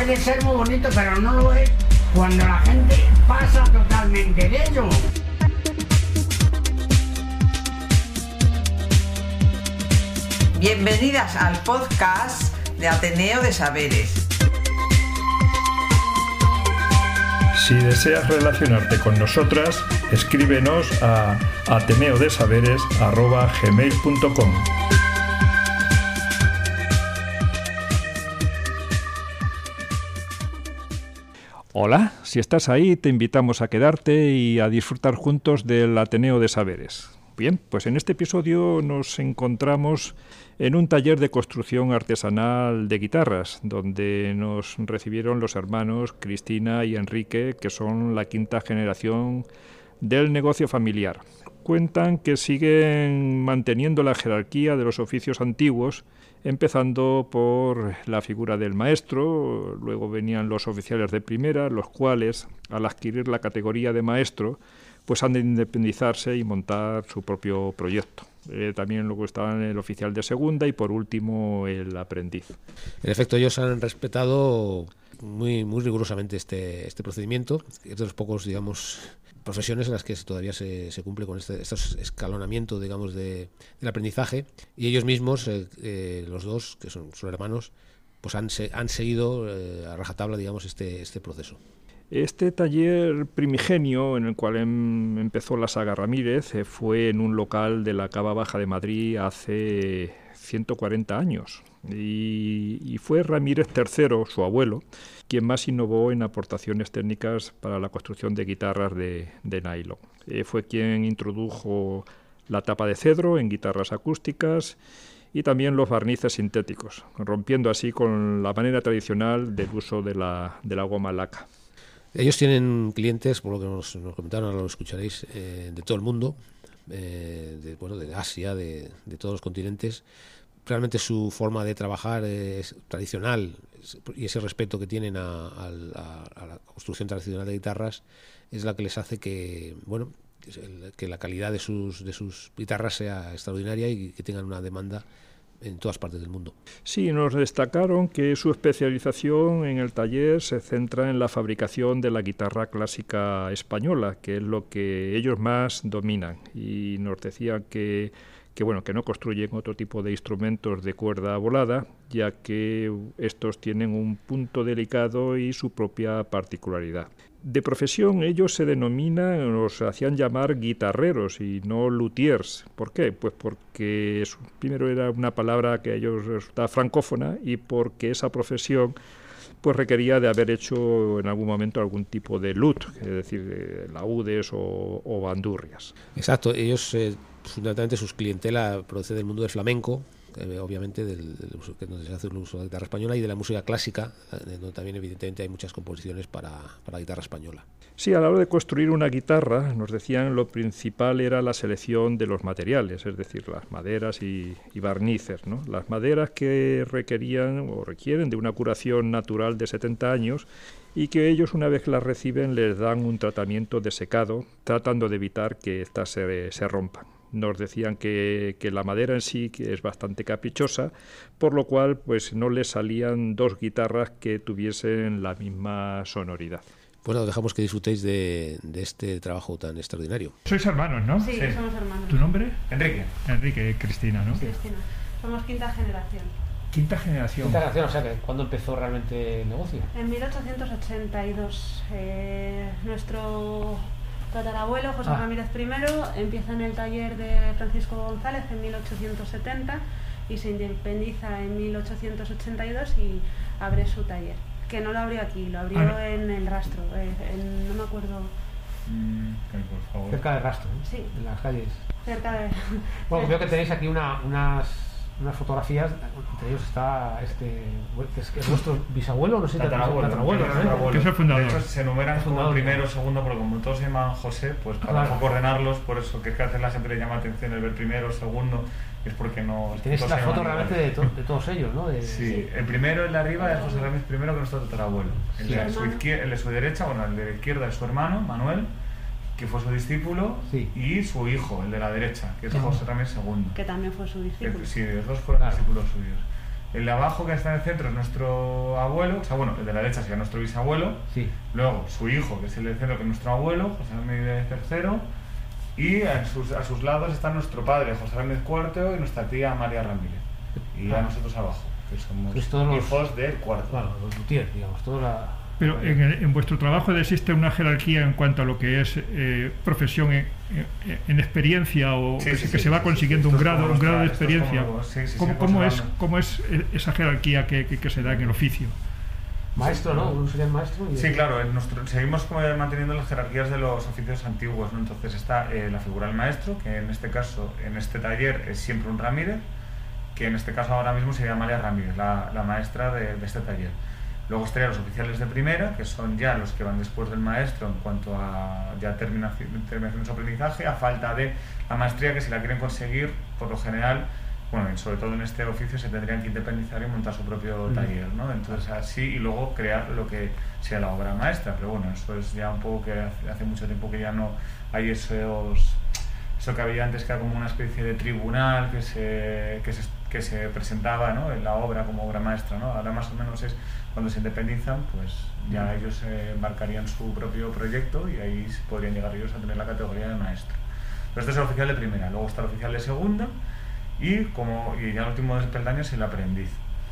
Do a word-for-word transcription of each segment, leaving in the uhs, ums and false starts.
puede ser muy bonito, pero no lo es cuando la gente pasa totalmente de ello. Bienvenidas al podcast de Ateneo de Saberes. Si deseas relacionarte con nosotras, escríbenos a ateneodesaberes arroba gmail punto com. Hola, si estás ahí te invitamos a quedarte y a disfrutar juntos del Ateneo de Saberes. Bien, pues en este episodio nos encontramos en un taller de construcción artesanal de guitarras, donde nos recibieron los hermanos Cristina y Enrique, que son la quinta generación del negocio familiar. Cuentan que siguen manteniendo la jerarquía de los oficios antiguos, empezando por la figura del maestro, luego venían los oficiales de primera, los cuales, al adquirir la categoría de maestro, pues han de independizarse y montar su propio proyecto. Eh, también luego estaban el oficial de segunda y por último el aprendiz. En efecto, ellos han respetado muy, muy rigurosamente este, este procedimiento. Es de los pocos, digamos, profesiones en las que todavía se, se cumple con este, este escalonamiento, digamos, de, del aprendizaje. Y ellos mismos, eh, eh, los dos, que son, son hermanos, pues han, se, han seguido eh, a rajatabla, digamos, este, este proceso. Este taller primigenio en el cual em, empezó la saga Ramírez eh, fue en un local de la Cava Baja de Madrid hace ciento cuarenta años y, y fue Ramírez tercero, su abuelo, quien más innovó en aportaciones técnicas para la construcción de guitarras de, de nylon. Eh, fue quien introdujo la tapa de cedro en guitarras acústicas y también los barnices sintéticos, rompiendo así con la manera tradicional del uso de la, de la goma laca. Ellos tienen clientes, por lo que nos, nos comentaron, ahora lo escucharéis, eh, de todo el mundo, eh, de, bueno, de Asia, de, de todos los continentes. Realmente su forma de trabajar es tradicional y ese respeto que tienen a, a, a la construcción tradicional de guitarras es la que les hace que, bueno, que la calidad de sus, de sus guitarras sea extraordinaria y que tengan una demanda en todas partes del mundo. Sí, nos destacaron que su especialización en el taller se centra en la fabricación de la guitarra clásica española, que es lo que ellos más dominan, y nos decían que, que, bueno, que no construyen otro tipo de instrumentos de cuerda volada, ya que estos tienen un punto delicado y su propia particularidad. De profesión ellos se denominan, o se hacían llamar guitarreros y no luthiers. ¿Por qué? Pues porque eso, primero era una palabra que a ellos resultaba francófona y porque esa profesión pues requería de haber hecho en algún momento algún tipo de lut, es decir, eh, laúdes o, o bandurrias. Exacto, ellos eh, fundamentalmente sus clientela procede del mundo del flamenco, eh, obviamente del, del uso que se hace el uso de la guitarra española, y de la música clásica, eh, donde también evidentemente hay muchas composiciones para, para la guitarra española. Sí, a la hora de construir una guitarra, nos decían, lo principal era la selección de los materiales, es decir, las maderas y, y barnices, ¿no? Las maderas que requerían o requieren de una curación natural de setenta años y que ellos, una vez que las reciben, les dan un tratamiento de secado, tratando de evitar que éstas se, se rompan. Nos decían que, que la madera en sí que es bastante caprichosa, por lo cual pues no les salían dos guitarras que tuviesen la misma sonoridad. Bueno, dejamos que disfrutéis de, de este trabajo tan extraordinario. Sois hermanos, ¿no? Sí, sí, somos hermanos. ¿Tu nombre? Enrique. Enrique, Cristina, ¿no? Sí, Cristina. Somos quinta generación. Quinta generación. Quinta generación, o sea, que ¿cuándo empezó realmente el negocio? En mil ochocientos ochenta y dos. Eh, nuestro tatarabuelo, José ah. Ramírez primero, empieza en el taller de Francisco González en mil ochocientos setenta y se independiza en mil ochocientos ochenta y dos y abre su taller. Que no lo abrió aquí, lo abrió ah, no. en el Rastro, eh, en, no me acuerdo. Mm, por favor. Cerca del Rastro, ¿eh? Sí. En las calles. Cerca de... Bueno, veo que tenéis aquí una, unas, unas fotografías, entre ellos está este, es que es vuestro bisabuelo, no sé, tatarabuelo, tatarabuelo, tatarabuelo, ¿eh? ¿Qué es el fundador? De hecho, se enumeran como primero o segundo, porque como todos se llaman José, pues para claro. ordenarlos, por eso que es que a Cela siempre le llama atención el ver primero o segundo, es porque no... Tienes la foto realmente de, to, de todos ellos, ¿no? De, sí, sí, el primero, el de arriba, es José Ramírez primero, que es nuestro tatarabuelo. El, sí, de su izquier- el de su derecha, bueno, el de la izquierda es su hermano, Manuel, que fue su discípulo, sí. y su hijo, el de la derecha, que es sí. José Ramírez segundo. Que también fue su discípulo. Que, sí, los dos fueron claro. discípulos suyos. El de abajo, que está en el centro, es nuestro abuelo, o sea, bueno, el de la derecha sería nuestro bisabuelo, Sí. luego su hijo, que es el del centro, que es nuestro abuelo, José Ramírez tercero, y a sus, a sus lados está nuestro padre, José Ramírez cuarto, y nuestra tía María Ramírez. Y a Ah. nosotros abajo, que somos Pues todos los- hijos del cuarto. Claro, los luthiers, digamos, toda la... Pero en, el- en vuestro trabajo existe una jerarquía en cuanto a lo que es eh, profesión en, en- en experiencia o Sí, que, sí, se- que sí, se va sí, consiguiendo sí. un Esto es grado, como un grado de nuestra- esto es experiencia. como- sí, sí, sí, ¿Cómo, pues cómo es, hablando. ¿Cómo es eh, esa jerarquía que, que- que se da en el oficio? Maestro, ¿no? Uno sería el maestro y... Sí, claro, en nuestro, seguimos como manteniendo las jerarquías de los oficios antiguos, ¿no? Entonces está eh, la figura del maestro, que en este caso, en este taller, es siempre un Ramírez, que en este caso ahora mismo sería María Ramírez, la, la maestra de, de este taller. Luego estarían los oficiales de primera, que son ya los que van después del maestro en cuanto a ya terminación, terminación de su aprendizaje, a falta de la maestría, que si la quieren conseguir, por lo general, bueno, y sobre todo en este oficio, se tendrían que independizar y montar su propio taller, ¿no? Entonces así, y luego crear lo que sea la obra maestra, pero bueno, eso es ya un poco que hace, hace mucho tiempo que ya no hay esos... Eso que había antes, que era como una especie de tribunal que se, que se, que se presentaba, ¿no? En la obra como obra maestra, ¿no? Ahora más o menos es cuando se independizan, pues ya ellos eh, embarcarían su propio proyecto y ahí podrían llegar ellos a tener la categoría de maestro. Pero este es el oficial de primera, luego está el oficial de segunda y, como, y ya el último peldaño es el aprendiz.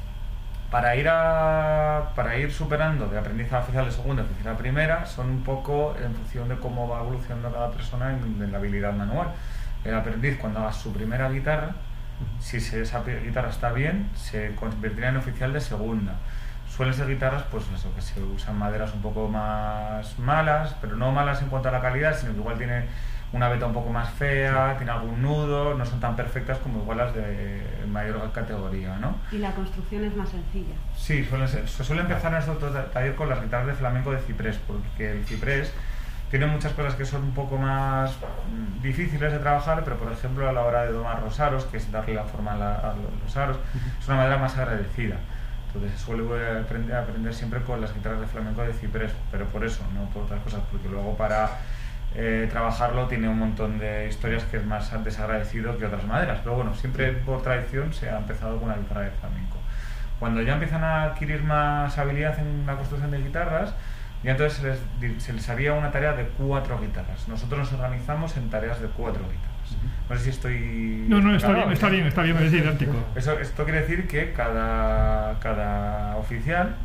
Para ir, a, para ir superando de aprendiz a oficial de segunda a oficial de primera son un poco en función de cómo va evolucionando cada persona en, en la habilidad manual. El aprendiz, cuando haga su primera guitarra, si se, esa guitarra está bien, se convertirá en oficial de segunda. Suelen ser guitarras, pues eso, que se usan maderas un poco más malas, pero no malas en cuanto a la calidad, sino que igual tiene una veta un poco más fea, tiene algún nudo, no son tan perfectas como igual las de mayor categoría, ¿no? Y la construcción es más sencilla. Sí, suele ser. Se suele empezar en nuestro taller con las guitarras de flamenco de ciprés, porque el ciprés tiene muchas cosas que son un poco más mm, difíciles de trabajar, pero por ejemplo a la hora de domar los aros, que es darle la forma a, la, a los aros, es una madera más agradecida. Entonces se suele aprender, aprender siempre con las guitarras de flamenco de ciprés, pero por eso, no por otras cosas, porque luego para eh, trabajarlo tiene un montón de historias que es más desagradecido que otras maderas, pero bueno, siempre por tradición se ha empezado con una guitarra de flamenco. Cuando ya empiezan a adquirir más habilidad en la construcción de guitarras, ya entonces se les, se les haría una tarea de cuatro guitarras. Nosotros nos organizamos en tareas de cuatro guitarras. No sé si estoy... No, no, está claro, bien, está bien, está bien, es idéntico. Eso, esto quiere decir que cada, cada oficial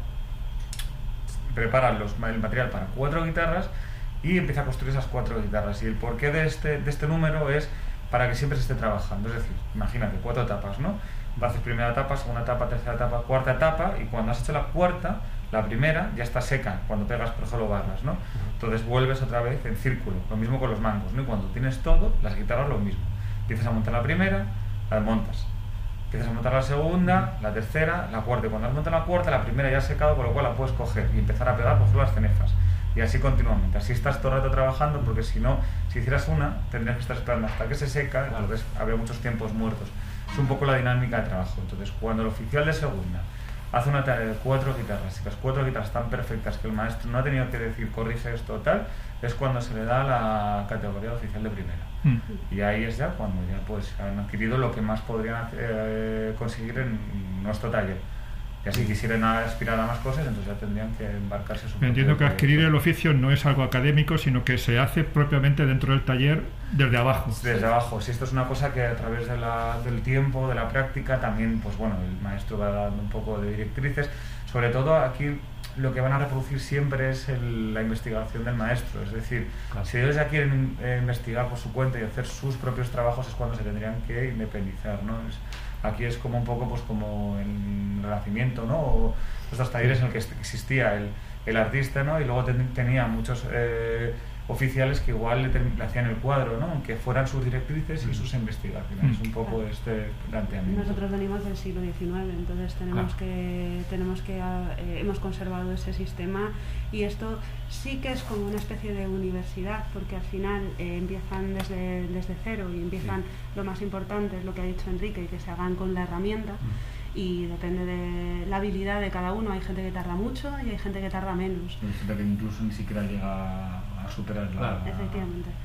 prepara los, el material para cuatro guitarras y empieza a construir esas cuatro guitarras. Y el porqué de este, de este número es para que siempre se esté trabajando. Es decir, imagínate, cuatro etapas, ¿no? Haces primera etapa, segunda etapa, tercera etapa, cuarta etapa, y cuando has hecho la cuarta, la primera ya está seca cuando pegas, por ejemplo, barras, ¿no? Entonces vuelves otra vez en círculo, lo mismo con los mangos, ¿no? Y cuando tienes todo, las guitarras lo mismo. Empiezas a montar la primera, la montas. Empiezas a montar la segunda, la tercera, la cuarta. Y cuando has montado la cuarta, la primera ya ha secado, con lo cual la puedes coger y empezar a pegar, por ejemplo, las cenefas. Y así continuamente. Así estás todo el rato trabajando, porque si no, si hicieras una, tendrías que estar esperando hasta que se seca, entonces habría muchos tiempos muertos. Es un poco la dinámica de trabajo. Entonces, cuando el oficial de segunda hace una tarea de cuatro guitarras y las cuatro guitarras están perfectas, que el maestro no ha tenido que decir corrige esto o tal, es cuando se le da la categoría de oficial de primera. Mm. Y ahí es ya cuando ya pues han adquirido lo que más podrían eh, conseguir en nuestro taller. Y así quisieran aspirar a más cosas, entonces ya tendrían que embarcarse su propio Entiendo que proyecto. adquirir el oficio no es algo académico, sino que se hace propiamente dentro del taller desde abajo. Desde abajo, si esto es una cosa que a través de la, del tiempo, de la práctica, también, pues bueno, el maestro va dando un poco de directrices. Sobre todo aquí lo que van a reproducir siempre es el, la investigación del maestro, es decir, Claro. si ellos ya quieren eh, investigar por su cuenta y hacer sus propios trabajos es cuando se tendrían que independizar, ¿no? Es, aquí es como un poco pues como el Renacimiento, ¿no? O estos talleres en el que existía el, el artista, ¿no? Y luego ten, tenía muchos eh, oficiales que igual le, ten, le hacían el cuadro, ¿no? Aunque fueran sus directrices y sus investigaciones. Mm. Es un poco este planteamiento. Nosotros venimos del siglo diecinueve, entonces tenemos Claro. que, tenemos que eh, hemos conservado ese sistema y esto sí que es como una especie de universidad, porque al final eh, empiezan desde, desde cero y empiezan, Sí. lo más importante es lo que ha dicho Enrique, que se hagan con la herramienta. Mm. Y depende de la habilidad de cada uno. Hay gente que tarda mucho y hay gente que tarda menos. Hay gente que incluso ni siquiera llega a superar la... Efectivamente.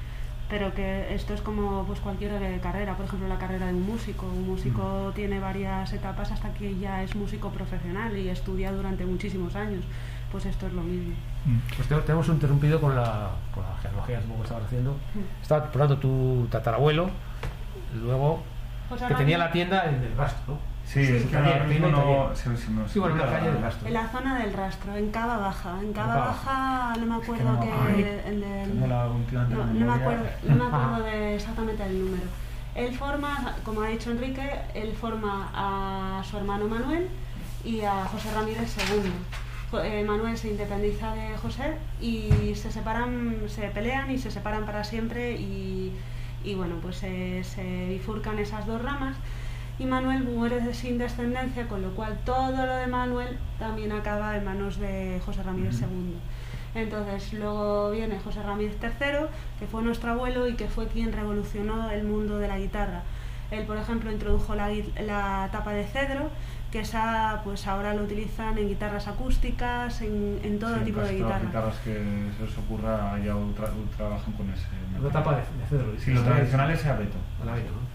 pero que esto es como pues cualquier carrera, por ejemplo la carrera de un músico. Un músico mm. tiene varias etapas hasta que ya es músico profesional y estudia durante muchísimos años. Pues esto es lo mismo. Pues te, te hemos interrumpido con la, con la genealogía que estabas haciendo. Mm. Estaba, por tanto, tu tatarabuelo, luego pues que tenía la tienda en el Rastro, ¿no? Sí, sí, es que ahora mismo no... Sí, sí, no, sí, bueno, en la calle del Rastro. En la zona del Rastro, en Cava Baja. En Cava Baja, no me acuerdo es que, no, que... ay, el de, tengo la última no, no me acuerdo, no me acuerdo de exactamente el número. Él forma, como ha dicho Enrique, él forma a su hermano Manuel y a José Ramírez segundo. Eh, Manuel se independiza de José y se separan, se pelean y se separan para siempre y, y bueno, pues eh, se bifurcan esas dos ramas. Y Manuel muere sin descendencia, con lo cual todo lo de Manuel también acaba en manos de José Ramírez uh-huh. segundo. Entonces luego viene José Ramírez tercero, que fue nuestro abuelo y que fue quien revolucionó el mundo de la guitarra. Él, por ejemplo, introdujo la, la tapa de cedro, que esa pues ahora lo utilizan en guitarras acústicas, en, en todo sí, tipo de guitarras. Las guitarras que se os ocurra ya tra trabajan con ese. La tapa de, de cedro. Sí, lo tradicional es abeto. Abeto, ¿no?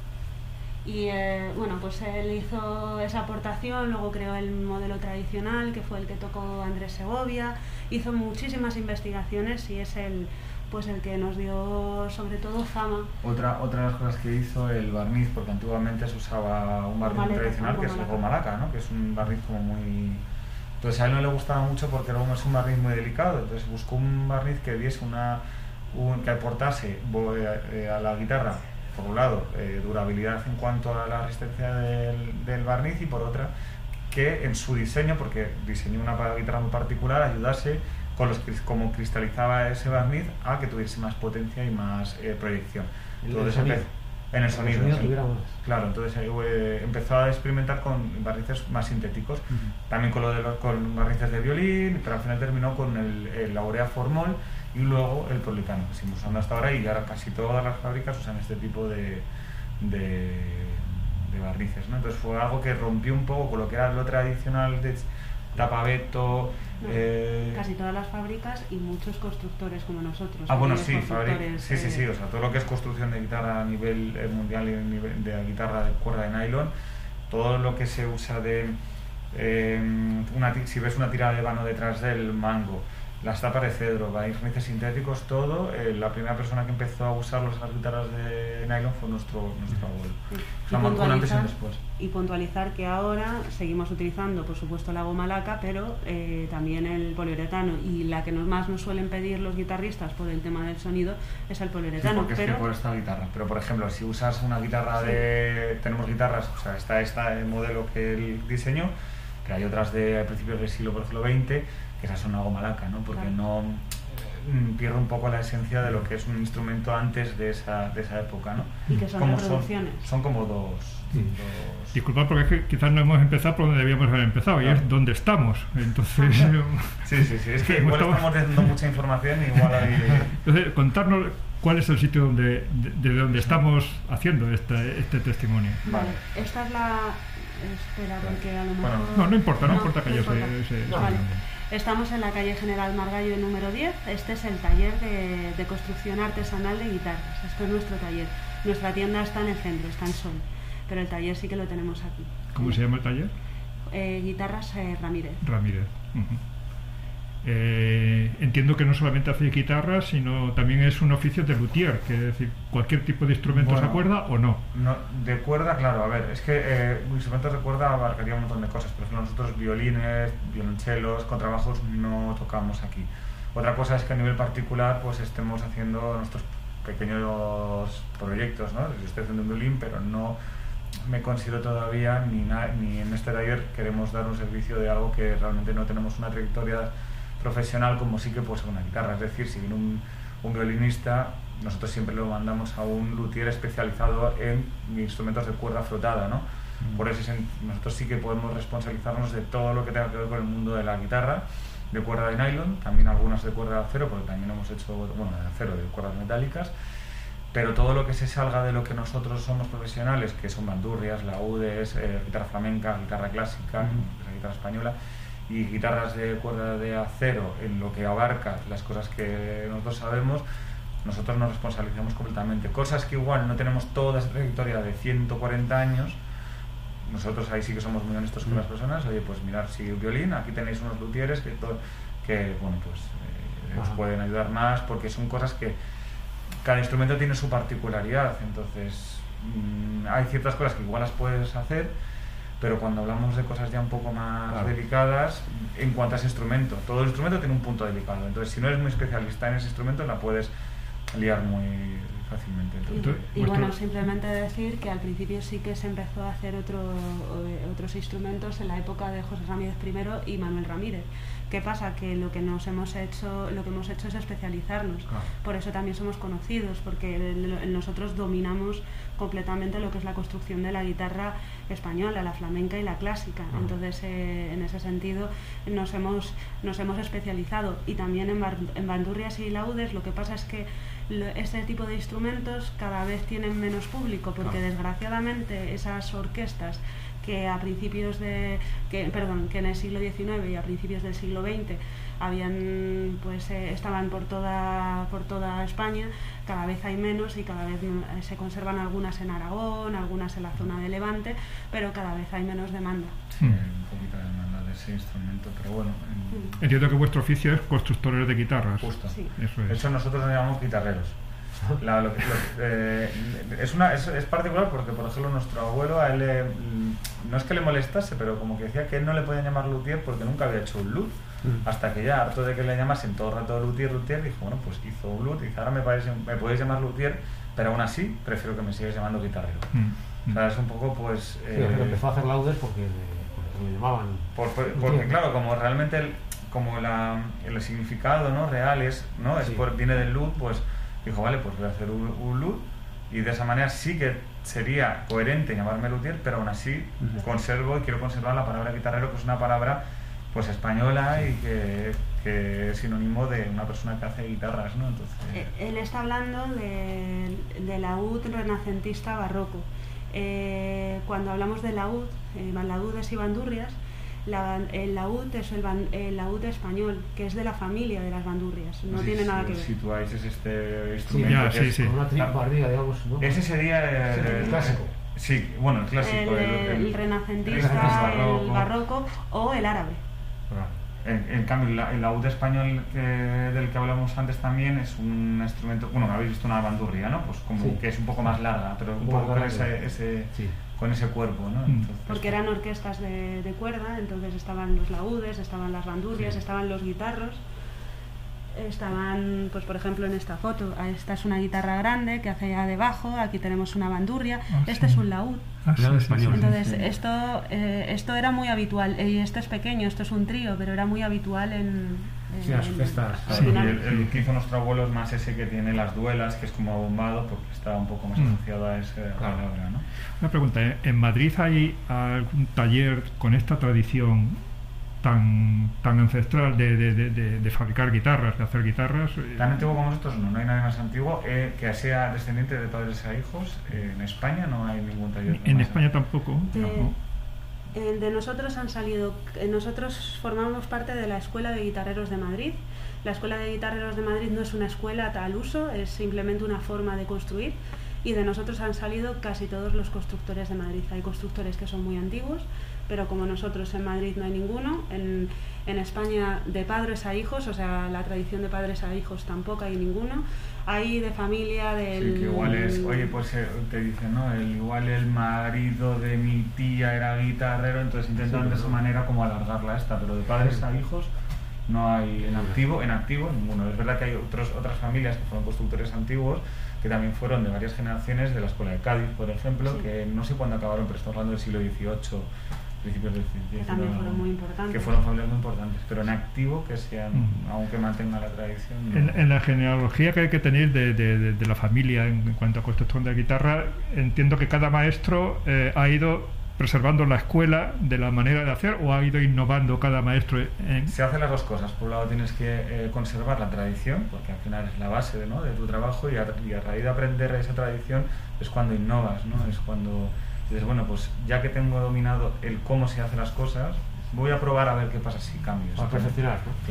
Y eh, bueno, pues él hizo esa aportación, luego creó el modelo tradicional, que fue el que tocó Andrés Segovia, hizo muchísimas investigaciones y es el, pues el que nos dio sobre todo fama. Otra, otra de las cosas que hizo el barniz, porque antiguamente se usaba un barniz Maleta, tradicional, que es el gomalaca, ¿no? Que es un barniz como muy... Entonces a él no le gustaba mucho porque era un, es un barniz muy delicado, entonces buscó un barniz que diese una... Un, que aportase eh, a la guitarra, por un lado, eh, durabilidad en cuanto a la resistencia del, del barniz y por otra, que en su diseño, porque diseñó una guitarra muy particular, ayudase con los como cristalizaba ese barniz a que tuviese más potencia y más eh, proyección. Entonces, el sonido. En el sonido, el sonido sí. Claro, entonces eh, empezó a experimentar con barnices más sintéticos, uh-huh. también con, lo de los, con barnices de violín, pero al final terminó con el, el Aurea Formol y luego el Politano, que seguimos usando hasta ahora y ahora casi todas las fábricas usan este tipo de, de, de barnices, ¿no? Entonces fue algo que rompió un poco con lo que era lo tradicional de tapabeto. No, eh... Casi todas las fábricas y muchos constructores como nosotros. Ah, bueno, sí, sí, sí, eh... sí, o sea, todo lo que es construcción de guitarra a nivel eh, mundial y nivel de guitarra de cuerda de nylon, todo lo que se usa de, eh, una, si ves una tira de vano detrás del mango, las tapas de cedro, barnices sintéticos, todo, eh, la primera persona que empezó a usarlos en las guitarras de nylon fue nuestro, nuestro abuelo. Sí. O sea, marcó un antes y un después. Y puntualizar que ahora seguimos utilizando, por supuesto, la goma laca, pero eh, también el poliuretano. Y la que nos, más nos suelen pedir los guitarristas por el tema del sonido es el poliuretano. Sí, porque pero... es que por esta guitarra. Pero, por ejemplo, si usas una guitarra sí. de... Tenemos guitarras, o sea, está este modelo que él diseñó, que hay otras de principios del siglo, por ejemplo, veinte, que esas son una goma laca, ¿no? Porque claro. no eh, pierde un poco la esencia de lo que es un instrumento antes de esa, de esa época, ¿no? Y que son como reproducciones. Son, son como dos, sí. dos... Disculpad porque es que quizás no hemos empezado por donde debíamos haber empezado, claro. Y es donde estamos. Entonces... sí, sí, sí. Es que igual estamos, estamos dando mucha información y igual hay... Entonces, contarnos cuál es el sitio donde, de, de donde estamos haciendo este, este testimonio. Vale, esta es la... Espera, porque a lo mejor... Bueno, no, no importa, no, no importa que no yo importa. se... se no, vale. Estamos en la calle General Margallo número diez. Este es el taller de, de construcción artesanal de guitarras. Este es nuestro taller. Nuestra tienda está en el centro, está en Sol, pero el taller sí que lo tenemos aquí. ¿Cómo se llama el taller? Eh, guitarras eh, Ramírez. Ramírez. Uh-huh. Eh, entiendo que no solamente hace guitarras, sino también es un oficio de luthier, que es decir, cualquier tipo de instrumento bueno, se cuerda o no. no. De cuerda, claro, a ver, es que eh, instrumentos de cuerda abarcaría un montón de cosas, pero nosotros violines, violonchelos, contrabajos no tocamos aquí. Otra cosa es que a nivel particular pues estemos haciendo nuestros pequeños proyectos, ¿no? Yo estoy haciendo un violín, pero no me considero todavía, ni, na, ni en este taller queremos dar un servicio de algo que realmente no tenemos una trayectoria profesional como sí que puede ser una guitarra. Es decir, si viene un, un violinista, nosotros siempre lo mandamos a un luthier especializado en instrumentos de cuerda frotada, ¿no? Mm. Por eso nosotros sí que podemos responsabilizarnos de todo lo que tenga que ver con el mundo de la guitarra, de cuerda de nylon, también algunas de cuerda de acero, porque también hemos hecho, bueno, de acero, de cuerdas metálicas, pero todo lo que se salga de lo que nosotros somos profesionales, que son bandurrias, laúdes, eh, guitarra flamenca, guitarra clásica, mm. la guitarra española, y guitarras de cuerda de acero, en lo que abarca las cosas que nosotros sabemos, nosotros nos responsabilizamos completamente. Cosas que igual no tenemos toda esa trayectoria de ciento cuarenta años, nosotros ahí sí que somos muy honestos con las personas. Oye, pues mirad, si el violín, aquí tenéis unos luthieres que, to- que bueno, pues eh, os pueden ayudar más, porque son cosas que cada instrumento tiene su particularidad. Entonces mmm, hay ciertas cosas que igual las puedes hacer, pero cuando hablamos de cosas ya un poco más claro. delicadas, en cuanto a ese instrumento, todo el instrumento tiene un punto delicado. Entonces, si no eres muy especialista en ese instrumento, la puedes liar muy fácilmente. Entonces, y, y bueno, simplemente decir que al principio sí que se empezó a hacer otro, otros instrumentos en la época de José Ramírez primero y Manuel Ramírez. ¿Qué pasa? Que lo que nos hemos hecho, lo que hemos hecho es especializarnos. Claro. Por eso también somos conocidos, porque nosotros dominamos completamente lo que es la construcción de la guitarra española, la flamenca y la clásica. Uh-huh. Entonces, eh, en ese sentido, nos hemos, nos hemos especializado. Y también en, bar, en bandurrias y laúdes, lo que pasa es que lo, este tipo de instrumentos cada vez tienen menos público, porque uh-huh. desgraciadamente esas orquestas que a principios de que perdón que en el siglo diecinueve y a principios del siglo veinte habían pues eh, estaban por toda por toda España, cada vez hay menos y cada vez eh, se conservan algunas en Aragón, algunas en la zona de Levante, pero cada vez hay menos demanda. Sí, un poquito de demanda de ese instrumento, pero bueno. En... Entiendo que vuestro oficio es constructores de guitarras. Justo. Sí. Eso es. De hecho, nosotros nos llamamos guitarreros. La, lo, lo, eh, es, una, es, es particular porque, por ejemplo, nuestro abuelo, a él le, no es que le molestase, pero como que decía que él no le podían llamar luthier porque nunca había hecho un lut. Mm. Hasta que ya, harto de que le llamasen todo el rato luthier, luthier, dijo, bueno, pues hizo un lut y dice, ahora me, parece, me podéis llamar luthier, pero aún así prefiero que me sigáis llamando guitarrero. Mm. O sea, es un poco, pues... Sí, eh, empezó a hacer laudes porque, porque le llamaban... Por, por, porque, claro, como realmente el, como la, el significado, ¿no?, real es, ¿no? Es sí. por, viene del lut, pues... Dijo, vale, pues voy a hacer un, un lut y de esa manera sí que sería coherente llamarme luthier, pero aún así uh-huh. conservo y quiero conservar la palabra guitarrero, que es una palabra pues española sí. y que, que es sinónimo de una persona que hace guitarras, ¿no? Entonces... Él está hablando de, de laúd renacentista barroco. Eh, cuando hablamos de laúd, eh, laúdes y bandurrias, La, el laúd es el, ban, el laúd español, que es de la familia de las bandurrias, no sí, tiene sí, nada que ver. Situáis es este instrumento. Sí, ya, sí, es, sí. Una tripardía, digamos, ¿no? Ese sería el, el, el clásico. Sí, bueno, el clásico. El, el, el, el renacentista, el, barroco. el barroco o el árabe. En, en cambio, el laúd español que, del que hablamos antes también es un instrumento, bueno, habéis visto una bandurria, ¿no? Pues como sí. que es un poco más larga, pero un, un poco con ese, ese, sí. con ese cuerpo, ¿no? Entonces, porque eran orquestas de, de cuerda, entonces estaban los laúdes, estaban las bandurrias, sí. estaban los guitarros, estaban, pues por ejemplo en esta foto, esta es una guitarra grande que hace allá debajo, aquí tenemos una bandurria, oh, este sí. es un laúd. Ah, sí, español. Entonces sí. esto eh, esto era muy habitual, y esto es pequeño, esto es un trío, pero era muy habitual en... Sí, las orquestas. Sí, el, el que hizo nuestro abuelo es más ese que tiene las duelas, que es como abombado, porque está un poco más mm. asociado a esa claro. palabra, ¿no? Una pregunta, ¿en Madrid hay algún taller con esta tradición tan tan ancestral de, de, de, de fabricar guitarras, de hacer guitarras? Tan antiguo como nosotros no, no hay nadie más antiguo eh, que sea descendiente de padres a hijos. Eh, en España no hay ningún taller. En España a... tampoco. De, no. de nosotros han salido, nosotros formamos parte de la Escuela de Guitarreros de Madrid. La Escuela de Guitarreros de Madrid no es una escuela al uso, es simplemente una forma de construir. Y de nosotros han salido casi todos los constructores de Madrid. Hay constructores que son muy antiguos, pero como nosotros en Madrid no hay ninguno, en, en España de padres a hijos, o sea, la tradición de padres a hijos tampoco hay ninguno. Hay de familia del... Sí, que igual es, oye, pues te dicen, ¿no? El, igual el marido de mi tía era guitarrero, entonces intentan sí, de esa manera como alargarla esta, pero de padres a hijos no hay en activo, en activo ninguno. Es verdad que hay otros, otras familias que fueron constructores antiguos, que también fueron de varias generaciones, de la Escuela de Cádiz, por ejemplo, sí. que no sé cuándo acabaron, pero estamos hablando del siglo dieciocho, principios del diecinueve, que también fueron muy importantes. Que fueron familias muy importantes, pero en activo, que sean, mm. aunque mantengan la tradición. ¿No? En, en la genealogía que hay que tener de, de, de, de la familia en, en cuanto a construcción de guitarra, entiendo que cada maestro eh, ha ido preservando la escuela de la manera de hacer, o ha ido innovando cada maestro en... Se hacen las dos cosas. Por un lado tienes que eh, conservar la tradición, porque al final es la base de, ¿no? de tu trabajo, y a, y a raíz de aprender esa tradición es cuando innovas, ¿no? Es cuando dices, bueno, pues ya que tengo dominado el cómo se hacen las cosas, voy a probar a ver qué pasa si cambio. Para perfeccionar, ¿no? Claro.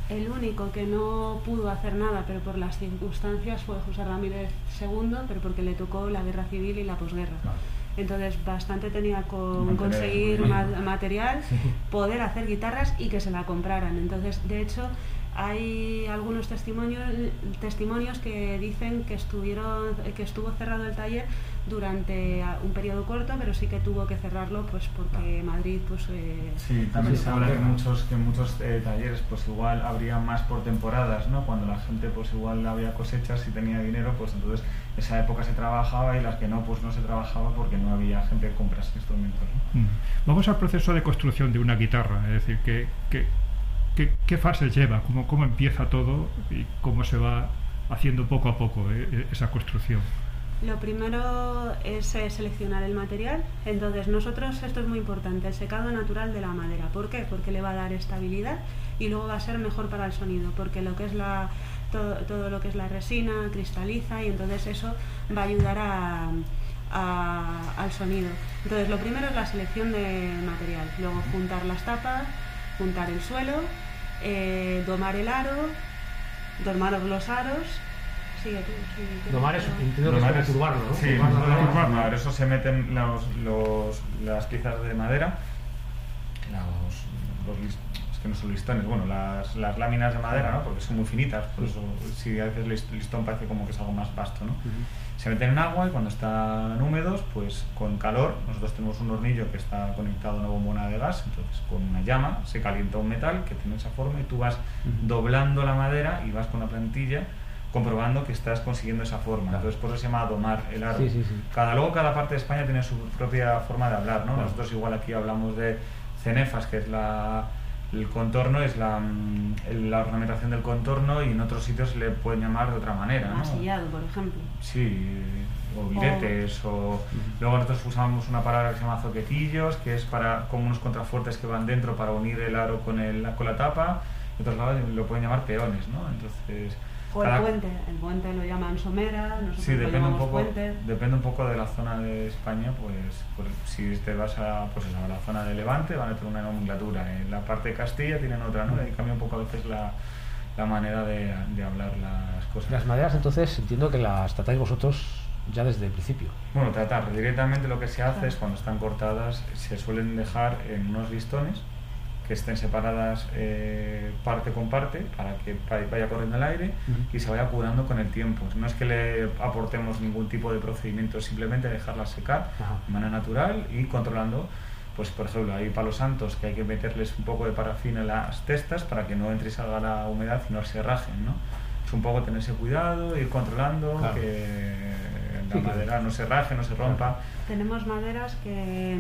El único que no pudo hacer nada, pero por las circunstancias, fue José Ramírez segundo, pero porque le tocó la guerra civil y la posguerra. Claro. Entonces bastante tenía con material, conseguir ma material, sí. poder hacer guitarras y que se la compraran. Entonces, de hecho, hay algunos testimonios, testimonios que dicen que estuvieron, que estuvo cerrado el taller durante un periodo corto, pero sí que tuvo que cerrarlo pues porque Madrid pues eh, sí, también se habla que muchos que muchos eh, talleres pues igual habría más por temporadas, ¿no? Cuando la gente pues igual había cosechas y tenía dinero, pues entonces esa época se trabajaba y las que no pues no se trabajaba porque no había gente que comprase instrumentos, ¿no? Mm. Vamos al proceso de construcción de una guitarra, es decir, que, que, que, qué fases lleva, cómo, cómo empieza todo y cómo se va haciendo poco a poco eh, esa construcción. Lo primero es eh, seleccionar el material. Entonces nosotros, esto es muy importante, el secado natural de la madera. ¿Por qué? Porque le va a dar estabilidad y luego va a ser mejor para el sonido, porque lo que es la, todo, todo lo que es la resina cristaliza y entonces eso va a ayudar a, a, al sonido. Entonces lo primero es la selección de material, luego juntar las tapas, juntar el suelo, eh, domar el aro, domar los aros. Sigue tú, sigue, domar es, entiendo que es como curvarlo, ¿no? Sí, curvarlo, eso se meten los, los, las piezas de madera, los, los, es que no son listones, bueno, las, las láminas de madera, ¿no? Porque son muy finitas, por eso si a veces el listón parece como que es algo más vasto, ¿no? Uh-huh. Se meten en agua y cuando están húmedos, pues con calor, nosotros tenemos un hornillo que está conectado a una bombona de gas, entonces con una llama se calienta un metal que tiene esa forma y tú vas uh-huh. doblando la madera y vas con una plantilla comprobando que estás consiguiendo esa forma. Claro. Entonces por eso se llama domar el aro. Sí, sí, sí. Cada, luego cada parte de España tiene su propia forma de hablar, ¿no? Claro. Nosotros igual aquí hablamos de cenefas, que es la, el contorno, es la, la ornamentación del contorno, y en otros sitios le pueden llamar de otra manera, ¿no? Masillado, por ejemplo. Sí, o viretes, o... o... Luego nosotros usamos una palabra que se llama zoquetillos, que es para como unos contrafuertes que van dentro para unir el aro con, el, con la tapa, y otros lados lo pueden llamar peones, ¿no? Entonces... O el puente, el puente lo llaman somera, nosotros sí, lo depende llamamos un poco, puente. depende un poco de la zona de España, pues, pues si te vas a, pues a la zona de Levante van a tener una nomenclatura, en la parte de Castilla tienen otra, ¿no? Y cambia un poco a veces la, la manera de, de hablar las cosas. Las maderas entonces entiendo que las tratáis vosotros ya desde el principio. Bueno, tratar, directamente lo que se hace es cuando están cortadas se suelen dejar en unos listones que estén separadas eh, parte con parte para que vaya corriendo el aire uh-huh. y se vaya curando con el tiempo. No es que le aportemos ningún tipo de procedimiento, es simplemente dejarlas secar uh-huh. de manera natural y controlando. Pues por ejemplo hay palos santos que hay que meterles un poco de parafina en las testas para que no entre y salga la humedad y no se rajen, ¿no? Es un poco tener ese cuidado, ir controlando claro. que la sí, madera no se raje, no se rompa. Claro. Tenemos maderas que,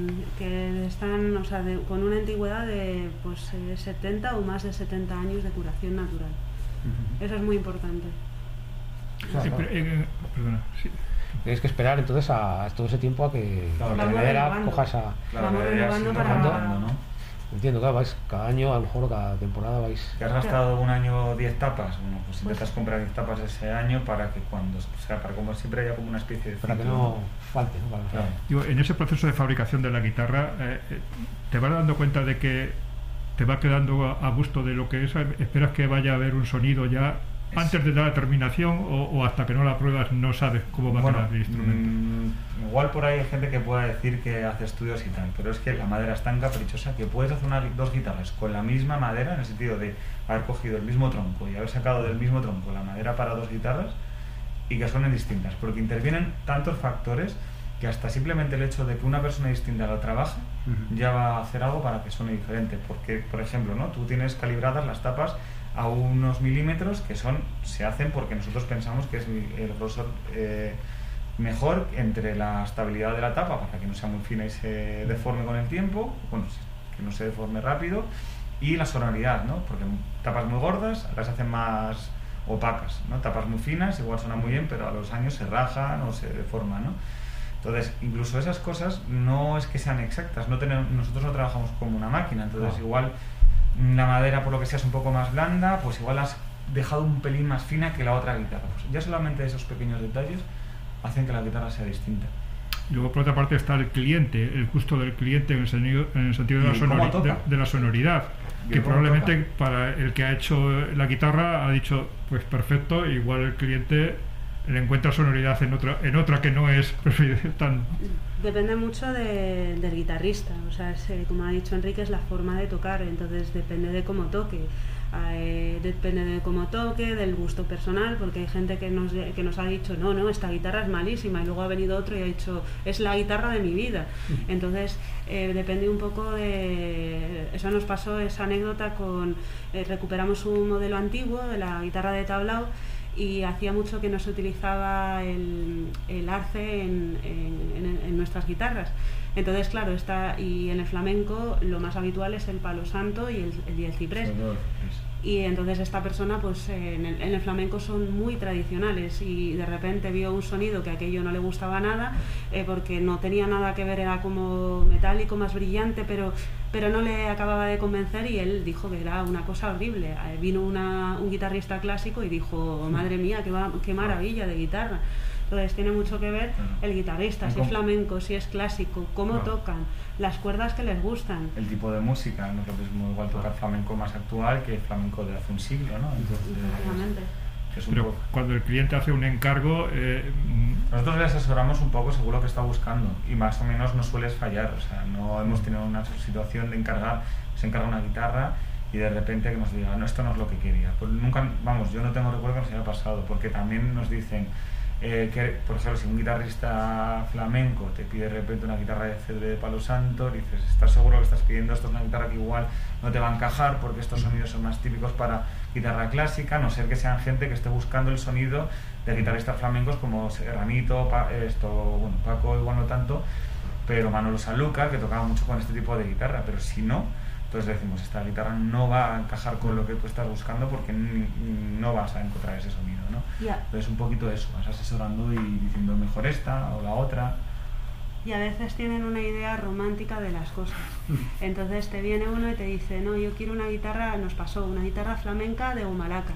que están, o sea, de, con una antigüedad de pues, eh, setenta o más de setenta años de curación natural. Uh-huh. Eso es muy importante. Claro. Sí, pero, eh, perdona, sí. Tienes que esperar entonces a, a todo ese tiempo a que claro, la madera coja esa... Claro, vamos renovando para... ¿no? Entiendo, claro, vais cada año, a lo mejor cada temporada vais... ¿Que has gastado un año diez tapas? Bueno, pues intentas comprar diez tapas ese año para que cuando, o sea, para como siempre haya como una especie de... Para que no falte, ¿no? Para claro. Digo, en ese proceso de fabricación de la guitarra, eh, ¿te vas dando cuenta de que te va quedando a, a gusto de lo que es? ¿Esperas que vaya a haber un sonido ya antes de la terminación o, o hasta que no la pruebas no sabes cómo va bueno, a quedar el instrumento? Mmm, igual por ahí hay gente que pueda decir que hace estudios y tal, pero es que la madera es tan caprichosa que puedes hacer una, dos guitarras con la misma madera, en el sentido de haber cogido el mismo tronco y haber sacado del mismo tronco la madera para dos guitarras y que suenen distintas, porque intervienen tantos factores que hasta simplemente el hecho de que una persona distinta lo trabaje uh-huh. ya va a hacer algo para que suene diferente, porque por ejemplo, ¿no? Tú tienes calibradas las tapas a unos milímetros que son se hacen porque nosotros pensamos que es el grosor eh, mejor entre la estabilidad de la tapa para que no sea muy fina y se deforme con el tiempo, bueno, que no se deforme rápido, y la sonoridad, ¿no? Porque tapas muy gordas las hacen más opacas, ¿no? Tapas muy finas igual suenan muy bien, pero a los años se rajan o se deforman, ¿no? Entonces, incluso esas cosas no es que sean exactas, no tenemos, nosotros no trabajamos como una máquina, entonces no. igual la madera, por lo que sea, es un poco más blanda, pues igual has dejado un pelín más fina que la otra guitarra. Pues ya solamente esos pequeños detalles hacen que la guitarra sea distinta. Y luego por otra parte está el cliente, el gusto del cliente en el sentido, en el sentido de, la sonori de, de la sonoridad, que probablemente toca? Para el que ha hecho la guitarra ha dicho, pues perfecto, igual el cliente le encuentra sonoridad en otra, en otra que no es tan... Depende mucho de, del guitarrista, o sea, es, como ha dicho Enrique, es la forma de tocar, entonces depende de cómo toque. Eh, depende de cómo toque, del gusto personal, porque hay gente que nos, que nos ha dicho no, no, esta guitarra es malísima, y luego ha venido otro y ha dicho es la guitarra de mi vida. Entonces eh, depende un poco de... Eso nos pasó, esa anécdota con... Eh, recuperamos un modelo antiguo de la guitarra de tablao, y hacía mucho que no se utilizaba el, el arce en, en, en, en nuestras guitarras. Entonces, claro, está, y en el flamenco lo más habitual es el palo santo y el, el, y el ciprés. Y entonces esta persona, pues en el, en el flamenco son muy tradicionales, y de repente vio un sonido que a aquello no le gustaba nada, eh, porque no tenía nada que ver, era como metálico, más brillante, pero, pero no le acababa de convencer, y él dijo que era una cosa horrible. Eh, vino una, un guitarrista clásico y dijo, madre mía, qué, va, qué maravilla de guitarra. Entonces tiene mucho que ver el guitarrista, si es flamenco, si es clásico, cómo claro. tocan, las cuerdas que les gustan. El tipo de música, no es lo mismo igual tocar flamenco más actual que flamenco de hace un siglo, ¿no? Entonces, es un Pero poco... cuando el cliente hace un encargo... Eh... Nosotros le asesoramos un poco según lo que está buscando, y más o menos no suele fallar, o sea, no hemos tenido una situación de encargar, se encarga una guitarra y de repente que nos diga, no, esto no es lo que quería. Pues nunca, vamos, yo no tengo recuerdo que nos haya pasado, porque también nos dicen... Eh, que, por ejemplo, si un guitarrista flamenco te pide de repente una guitarra de cedro de palo santo, dices, ¿estás seguro que estás pidiendo esto? Es una guitarra que igual no te va a encajar, porque estos sonidos son más típicos para guitarra clásica, a no ser que sean gente que esté buscando el sonido de guitarristas flamencos como Serranito, pa, esto, bueno, Paco igual no tanto, pero Manolo Sanlúcar, que tocaba mucho con este tipo de guitarra. Pero si no, entonces decimos, esta guitarra no va a encajar con lo que tú estás buscando, porque no vas a encontrar ese sonido, ¿no? Yeah. Entonces un poquito eso, vas asesorando y diciendo mejor esta o la otra. Y a veces tienen una idea romántica de las cosas. Entonces te viene uno y te dice, no, yo quiero una guitarra, nos pasó, una guitarra flamenca de gomalaca.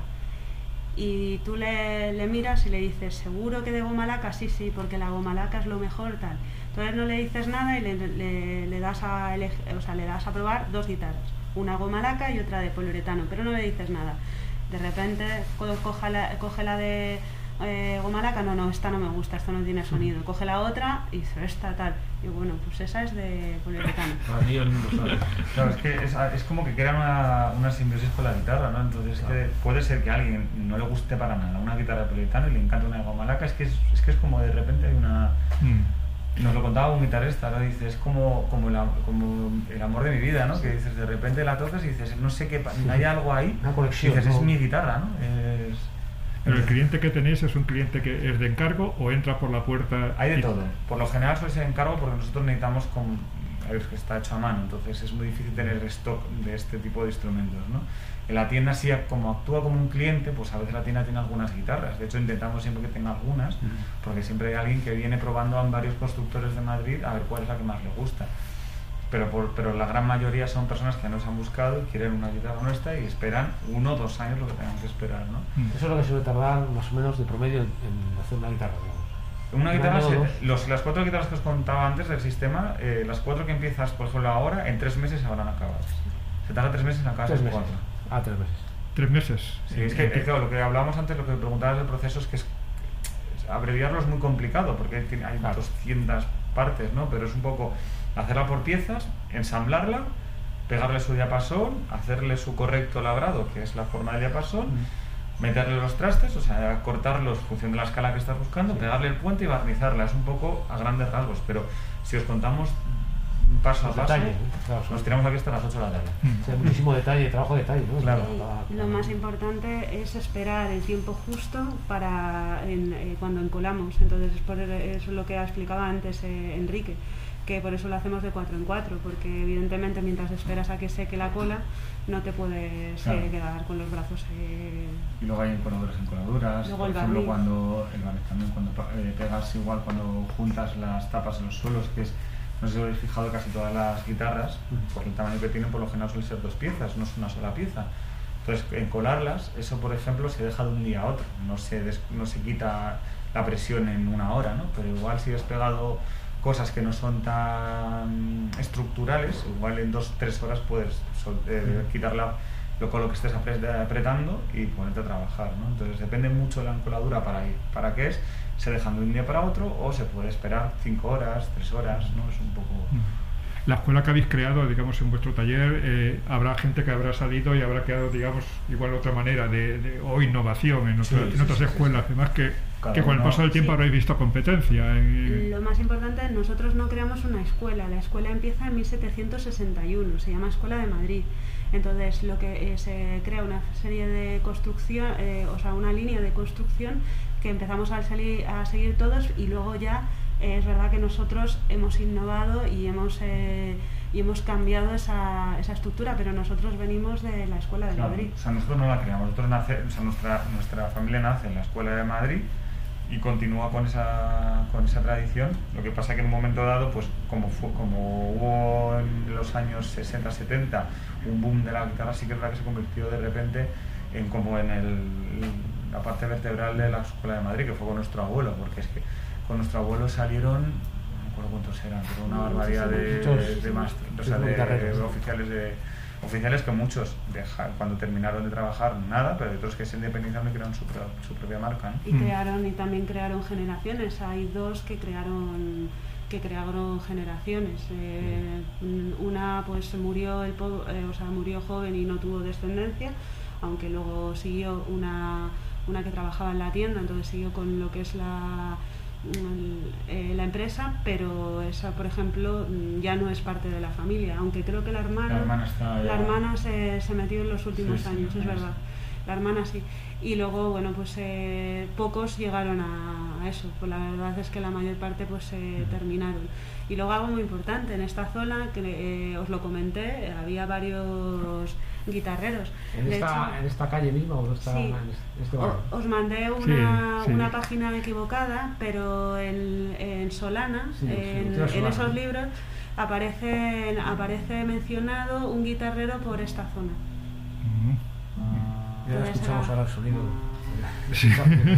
Y tú le, le miras y le dices, ¿seguro que de gomalaca? Sí, sí, porque la gomalaca es lo mejor, tal. Entonces no le dices nada y le, le, le, das a elegir, o sea, le das a probar dos guitarras, una gomalaca y otra de poliuretano, pero no le dices nada. De repente coge la, coge la de eh, gomalaca, no, no, esta no me gusta, esto no tiene sonido. Coge la otra y dice, esta tal. Y bueno, pues esa es de poliuretano. Claro, es que es, es como que crean una, una simbiosis con la guitarra, ¿no? Entonces claro. que puede ser que a alguien no le guste para nada una guitarra de poliuretano y le encanta una de gomalaca, es que es, es que es como de repente hay una... Mm. Nos lo contaba un guitarrista, ¿no? Dice, es como, como, la, como el amor de mi vida, ¿no? Que dices, de repente la tocas y dices, no sé qué, hay algo ahí, una conexión, dices, ¿no? Es mi guitarra, ¿no? Es... Pero el cliente que tenéis es un cliente que es de encargo o entra por la puerta. Hay de todo. Por lo general suele ser encargo porque nosotros necesitamos con, a ver, que está hecho a mano, entonces es muy difícil tener stock de este tipo de instrumentos, ¿no? En la tienda, sí, como actúa como un cliente, pues a veces la tienda tiene algunas guitarras. De hecho, intentamos siempre que tenga algunas, porque siempre hay alguien que viene probando a varios constructores de Madrid a ver cuál es la que más le gusta. Pero, por, pero la gran mayoría son personas que nos han buscado y quieren una guitarra nuestra y esperan uno o dos años lo que tengan que esperar, ¿no? Eso es lo que suele tardar más o menos de promedio en, en hacer una guitarra, digamos. Una guitarra, se, los, las cuatro guitarras que os contaba antes del sistema, eh, las cuatro que empiezas, por ejemplo, ahora, en tres meses se habrán acabado. Se tarda tres meses en acabar esas cuatro. Ah, tres meses. ¿Tres meses? Sí, es que, es que lo que hablábamos antes, lo que preguntabas del proceso, es que es, es, abreviarlo es muy complicado, porque hay claro. doscientas partes, ¿no? Pero es un poco hacerla por piezas, ensamblarla, pegarle su diapasón, hacerle su correcto labrado, que es la forma del diapasón, mm. meterle los trastes, o sea, cortarlos en función de la escala que estás buscando, sí. pegarle el puente y barnizarla. Es un poco a grandes rasgos, pero si os contamos paso a paso, detalle, claro, nos tiramos aquí hasta las ocho de la tarde. Sí, hay muchísimo detalle, trabajo de detalle, ¿no? Claro. Y lo más importante es esperar el tiempo justo para en, eh, cuando encolamos. Entonces, por eso es lo que ha explicado antes eh, Enrique, que por eso lo hacemos de cuatro en cuatro, porque evidentemente mientras esperas a que seque la cola, no te puedes claro. eh, quedar con los brazos. Eh... Y luego hay encoladuras, encoladuras. Luego por el ejemplo, barniz. cuando el barniz también, cuando eh, pegas igual, cuando juntas las tapas en los suelos, que es, no sé si lo habéis fijado, casi todas las guitarras, por el tamaño que tienen, por lo general suelen ser dos piezas, no es una sola pieza. Entonces, encolarlas, eso por ejemplo se deja de un día a otro, no se, des, no se quita la presión en una hora, ¿no? Pero igual si has pegado cosas que no son tan estructurales, igual en dos tres horas puedes sol, eh, quitarla lo, con lo que estés apretando y ponerte a trabajar, ¿no? Entonces depende mucho de la encoladura para, para qué es, se dejan de un día para otro o se puede esperar cinco horas, tres horas, ¿no? Es un poco... La escuela que habéis creado, digamos, en vuestro taller, eh, habrá gente que habrá salido y habrá creado, digamos, igual otra manera de, de o innovación en, otra, sí, en otras sí, escuelas, sí, sí. Además que, que con el paso del tiempo sí. habréis visto competencia. En... Lo más importante, nosotros no creamos una escuela, la escuela empieza en mil setecientos sesenta y uno, se llama Escuela de Madrid. Entonces, lo que eh, se crea una serie de construcción, eh, o sea, una línea de construcción que empezamos a, salir, a seguir todos y luego ya eh, es verdad que nosotros hemos innovado y hemos eh, y hemos cambiado esa, esa estructura, pero nosotros venimos de la Escuela de claro, Madrid. O sea, nosotros no la creamos, nosotros nace, o sea, nuestra, nuestra familia nace en la Escuela de Madrid y continúa con esa, con esa tradición. Lo que pasa es que en un momento dado, pues como, fue, como hubo en los años sesenta setenta un boom de la guitarra, sí que es verdad que se convirtió de repente en como en el, la parte vertebral de la Escuela de Madrid, que fue con nuestro abuelo, porque es que con nuestro abuelo salieron, no me acuerdo cuántos eran, pero una barbaridad de, de, de, más, o sea, de, de oficiales de oficiales que muchos dejaron, cuando terminaron de trabajar nada, pero otros que se independizaron y crearon su, su propia marca, ¿no? Y crearon y también crearon generaciones. Hay dos que crearon que crearon generaciones. Eh, una pues murió el eh, o sea, murió joven y no tuvo descendencia, aunque luego siguió una una que trabajaba en la tienda, entonces siguió con lo que es la Eh, la empresa, pero esa, por ejemplo, ya no es parte de la familia, aunque creo que la hermana la hermana, está la hermana se, se metió en los últimos sí, años, sí, es sí. verdad, la hermana sí, y luego, bueno, pues eh, pocos llegaron a, a eso, pues la verdad es que la mayor parte pues se eh, terminaron. Y luego algo muy importante, en esta zona, que eh, os lo comenté, había varios guitarreros. ¿En, esta, hecho, ¿en esta calle misma o está sí, en este o, os mandé una, sí, sí. una página equivocada, pero en, en Solana, sí, en, sí, en Solana. Esos libros, aparece, aparece mencionado un guitarrero por esta zona. Uh-huh. Ya escuchamos era... ahora el sonido. Sí.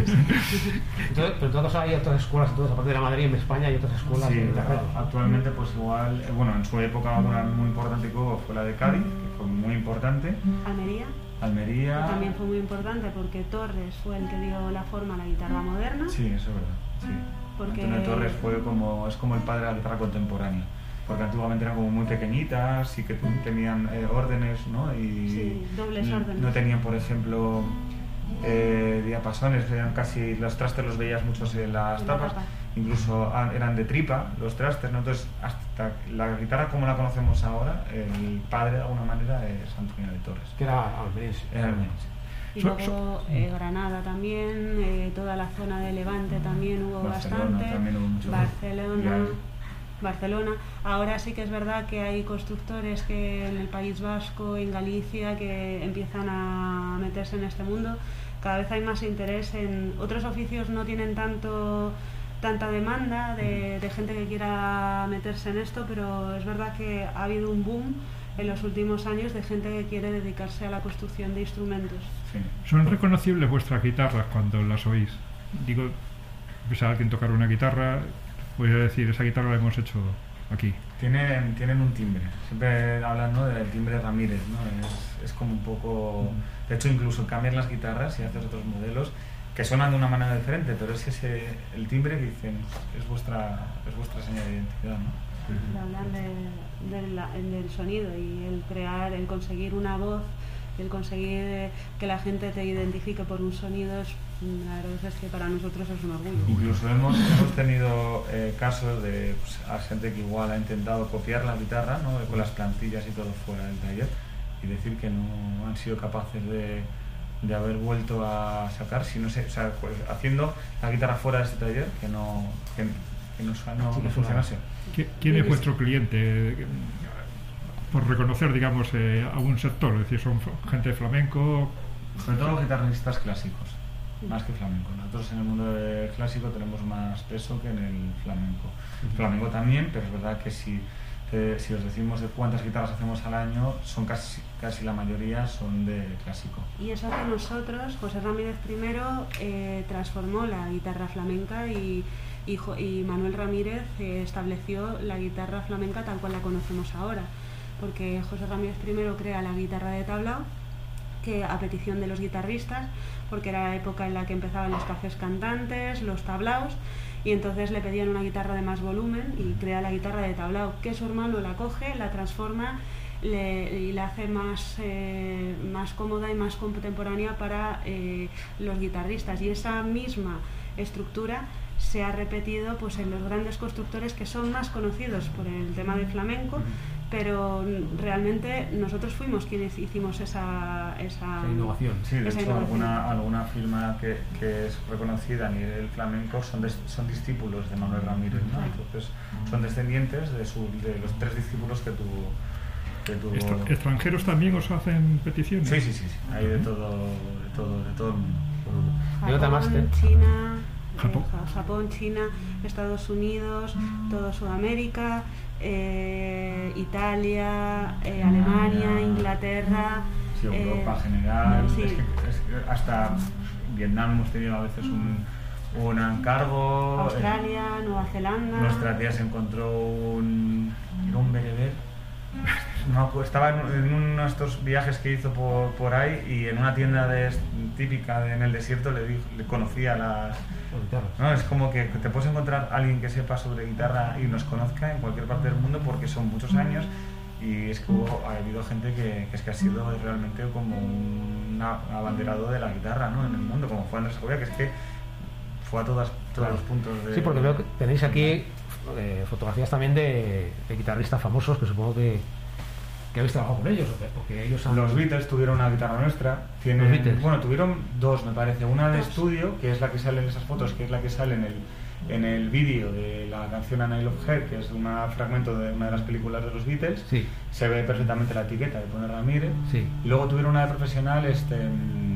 Entonces, pero todos hay otras escuelas, entonces, aparte de la Madrid, en España hay otras escuelas sí, de guitarreros. Actualmente, pues igual, bueno, en su época una muy importante que hubo fue la de Cádiz, que fue muy importante. Almería. Almería. Que también fue muy importante porque Torres fue el que dio la forma a la guitarra moderna. Sí, eso es verdad. Sí. Porque... Antonio Torres fue como, es como el padre de la guitarra contemporánea. Porque antiguamente eran como muy pequeñitas y que tenían eh, órdenes, ¿no? Y sí, dobles órdenes. No tenían, por ejemplo, eh, diapasones, eran casi, los trastes los veías muchos en las tapas, incluso eran de tripa los trastes, ¿no? Entonces, hasta la guitarra como la conocemos ahora, el padre de alguna manera es Antonio de Torres. Que era almeriense. Era almeriense. Y luego eh, Granada también, eh, toda la zona de Levante también hubo Barcelona, bastante, también hubo mucho. Barcelona, Barcelona. Ahora sí que es verdad que hay constructores que en el País Vasco, en Galicia, que empiezan a meterse en este mundo. Cada vez hay más interés en otros oficios, no tienen tanto tanta demanda de, de gente que quiera meterse en esto, pero es verdad que ha habido un boom en los últimos años de gente que quiere dedicarse a la construcción de instrumentos. Sí. ¿Son reconocibles vuestras guitarras cuando las oís? Digo, ves a alguien tocar una guitarra, voy a decir, esa guitarra la hemos hecho aquí. Tienen, tienen un timbre, siempre hablan, ¿no?, del timbre Ramírez, ¿no? Es, es como un poco... De hecho, incluso cambian las guitarras y haces otros modelos que suenan de una manera diferente, pero es ese, el timbre que dicen es vuestra, es vuestra señal de identidad, ¿no? Hablan de, de la, del sonido y el crear, el conseguir una voz, el conseguir que la gente te identifique por un sonido, es, la verdad es que para nosotros es un orgullo. Incluso hemos, hemos tenido eh, casos de pues, a gente que igual ha intentado copiar la guitarra, ¿no?, con las plantillas y todo fuera del taller, y decir que no han sido capaces de, de haber vuelto a sacar, si no sé, o sea, pues, haciendo la guitarra fuera de este taller, que no, que, que no, no, no funcionase. ¿Quién es vuestro cliente? Por reconocer, digamos, eh, algún sector, es decir, son gente de flamenco. Sobre todo los guitarristas clásicos, más que flamenco. Nosotros en el mundo del clásico tenemos más peso que en el flamenco. El flamenco también, pero es verdad que si, eh, si os decimos de cuántas guitarras hacemos al año, son casi, casi la mayoría son de clásico. Y eso que nosotros, José Ramírez primero, eh, transformó la guitarra flamenca y y, y Manuel Ramírez eh, estableció la guitarra flamenca tal cual la conocemos ahora, porque José Ramírez primero crea la guitarra de tablao, que a petición de los guitarristas, porque era la época en la que empezaban los cafés cantantes, los tablaos, y entonces le pedían una guitarra de más volumen y crea la guitarra de tablao, que su hermano la coge, la transforma le, y la hace más, eh, más cómoda y más contemporánea para eh, los guitarristas, y esa misma estructura se ha repetido pues en los grandes constructores que son más conocidos por el tema del flamenco, pero realmente nosotros fuimos quienes hicimos esa, esa, esa innovación. Sí, de esa hecho innovación. alguna, alguna firma que, que es reconocida a nivel flamenco son, des, son discípulos de Manuel Ramírez, ¿no? Entonces son descendientes de, su, de los tres discípulos que tuvo. Que tuvo... Extra, ¿Extranjeros también os hacen peticiones? Sí, sí, sí, sí. Hay de todo, de todo, de todo el mundo. Japón, China, Japón. Eh, Japón, China, Estados Unidos, todo Sudamérica, eh, Italia, eh, Alemania, Inglaterra. Sí, Europa eh, en general. Sí. Es que, es que hasta Vietnam hemos tenido a veces un, un encargo. Australia, eh, Nueva Zelanda. Nuestra tía se encontró un, un bereber. No, pues estaba en, en uno de estos viajes que hizo por, por ahí, y en una tienda de, típica de, en el desierto le, di, le conocía las... ¿no? Es como que te puedes encontrar a alguien que sepa sobre guitarra y nos conozca en cualquier parte del mundo, porque son muchos años, y es que hubo, ha habido gente que, que es que ha sido realmente como un abanderado de la guitarra, ¿no? En el mundo, como fue Andrés Segovia, que es que fue a todas, todos claro. los puntos de... Sí, porque veo que tenéis aquí eh, fotografías también de, de guitarristas famosos que supongo que, que habéis trabajado con ellos, o que, o que ellos han... Los Beatles tuvieron una guitarra nuestra. Tienen, ¿Los Beatles? Bueno, tuvieron dos, me parece. Una de Dos. estudio, que es la que sale en esas fotos, que es la que sale en el, en el vídeo de la canción A Nail of Hair, que es un fragmento de una de las películas de los Beatles. Sí. Se ve perfectamente la etiqueta de Poner Ramírez. Sí. Y luego tuvieron una de profesional, este... Eh,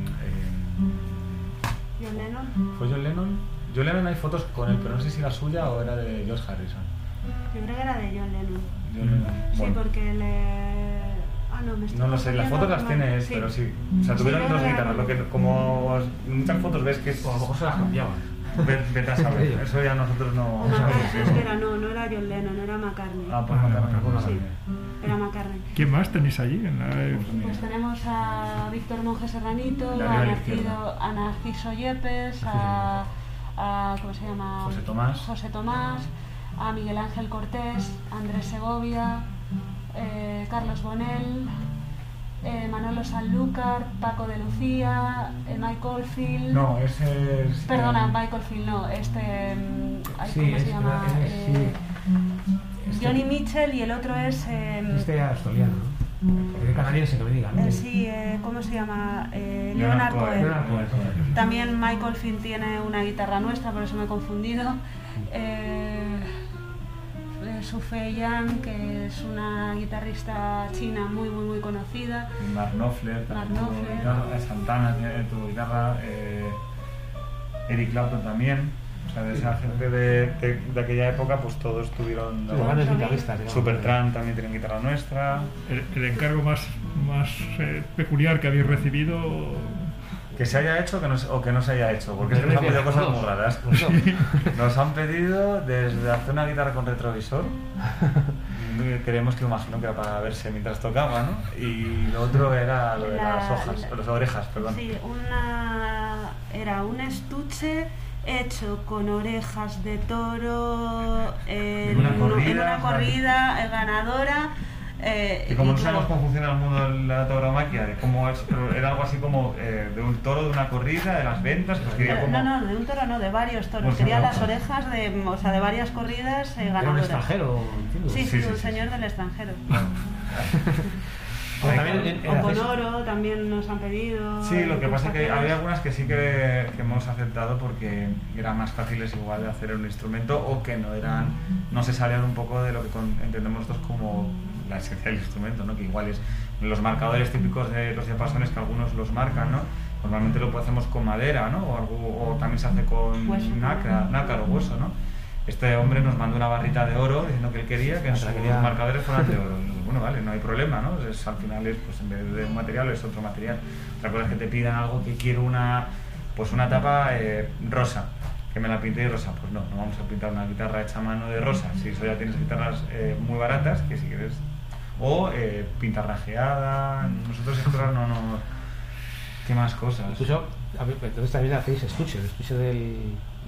John Lennon. ¿Fue John Lennon? John Lennon hay fotos con él, pero no sé si era suya o era de George Harrison. Yo creo que era de John Lennon. John Lennon. Sí, Bueno. porque le... Ah, no, me estoy No lo sé, las fotos las confundiendo. tiene él, Sí. pero sí. O sea, tuvieron Sí, dos era- guitarras, lo que como en muchas fotos ves que es... O a lo mejor se las cambiaban. Ve- Vete a saber, eso ya nosotros no... O McCartney, espera, no, no era John Lennon, era McCartney. Ah, pues Ah, McCartney, McCartney. sí. Era McCartney. ¿Quién más tenéis allí? En la... Pues mira. Pues tenemos a Víctor Monge Serranito, La a, de la Narciso, izquierda. a Narciso Yepes, a, a... ¿cómo se llama? José Tomás. José Tomás, a Miguel Ángel Cortés, a Andrés Segovia, eh, Carlos Bonel, eh, Manolo Sanlúcar, Paco de Lucía, eh, Michael Field... No, ese es... Perdona, eh, Michael Field, no, este... mm, ay, Sí, ¿cómo es- se llama? es- Eh, Este- Johnny Mitchell, y el otro es... eh, Este era australiano, ¿no? Porque de canadiense que me digan, ¿no? eh, sí, eh, ¿cómo se llama? Eh, Leonard Leonard Cohen. Leonard Cohen. También Michael Finn tiene una guitarra nuestra, por eso me he confundido. Eh, eh, Su Fei Yan, que es una guitarrista china muy, muy, muy conocida. Mark Knopfler, Mark tuvo Knopfler. guitarra, Santana tiene tu guitarra, eh, Eric Clapton también. O sea, de esa gente de, de, de aquella época, pues todos tuvieron... Los grandes guitarristas, digamos. Supertramp también tienen guitarra nuestra. El, el encargo más, más eh, peculiar que habéis recibido... Que se haya hecho que no, se- o que no se haya hecho, porque es que nos han pedido cosas muy raras. Nos han pedido desde hacer una guitarra con retrovisor, creemos que imagino que era para verse mientras tocaba, ¿no? Y lo otro era lo de La- las hojas, la- o las orejas, perdón. Sí, una, era un estuche hecho con orejas de toro en, En una en corrida, una o sea, corrida eh, ganadora. Eh, Que como y no sabemos claro, cómo funciona el mundo de la tauromaquia, de cómo es, pero era algo así como eh, de un toro, de una corrida, de las ventas, pues quería pero- como... no, no, de un toro no, de varios toros. Pues Quería no. las orejas de, o sea, de varias corridas eh, Era un ganadoras. extranjero, entiendo. Sí, sí, Sí, sí, un sí, señor sí. del extranjero. Porque también en- en O con hacéis- oro también nos han pedido. Sí, lo que pasa es que pulsaciones. había algunas que sí que, que hemos aceptado porque eran más fáciles igual de hacer en un instrumento, o que no eran, no se salían un poco de lo que con- entendemos nosotros como la esencia del instrumento, ¿no? Que igual es los marcadores típicos de los diapasones, que algunos los marcan, ¿no? Normalmente lo hacemos con madera, ¿no? O, algo, o también se hace con Hueso. nácar, nácar o hueso, ¿no? Este hombre nos mandó una barrita de oro diciendo que él quería que Ah, sus quería- marcadores fueran de oro. Y bueno, vale, no hay problema, ¿no? Es, al final es, pues en vez de un material es otro material. Otra cosa es que te pidan algo que quiero una, pues una tapa eh, rosa. que me la pinte de rosa. Pues no, no vamos a pintar una guitarra hecha a mano de rosa, si eso ya tienes guitarras eh, muy baratas, que si quieres, o eh, pinta rajeada, nosotros esto no, no, ¿qué más cosas? Incluso, a ver, entonces también hacéis estuche, el estuche del...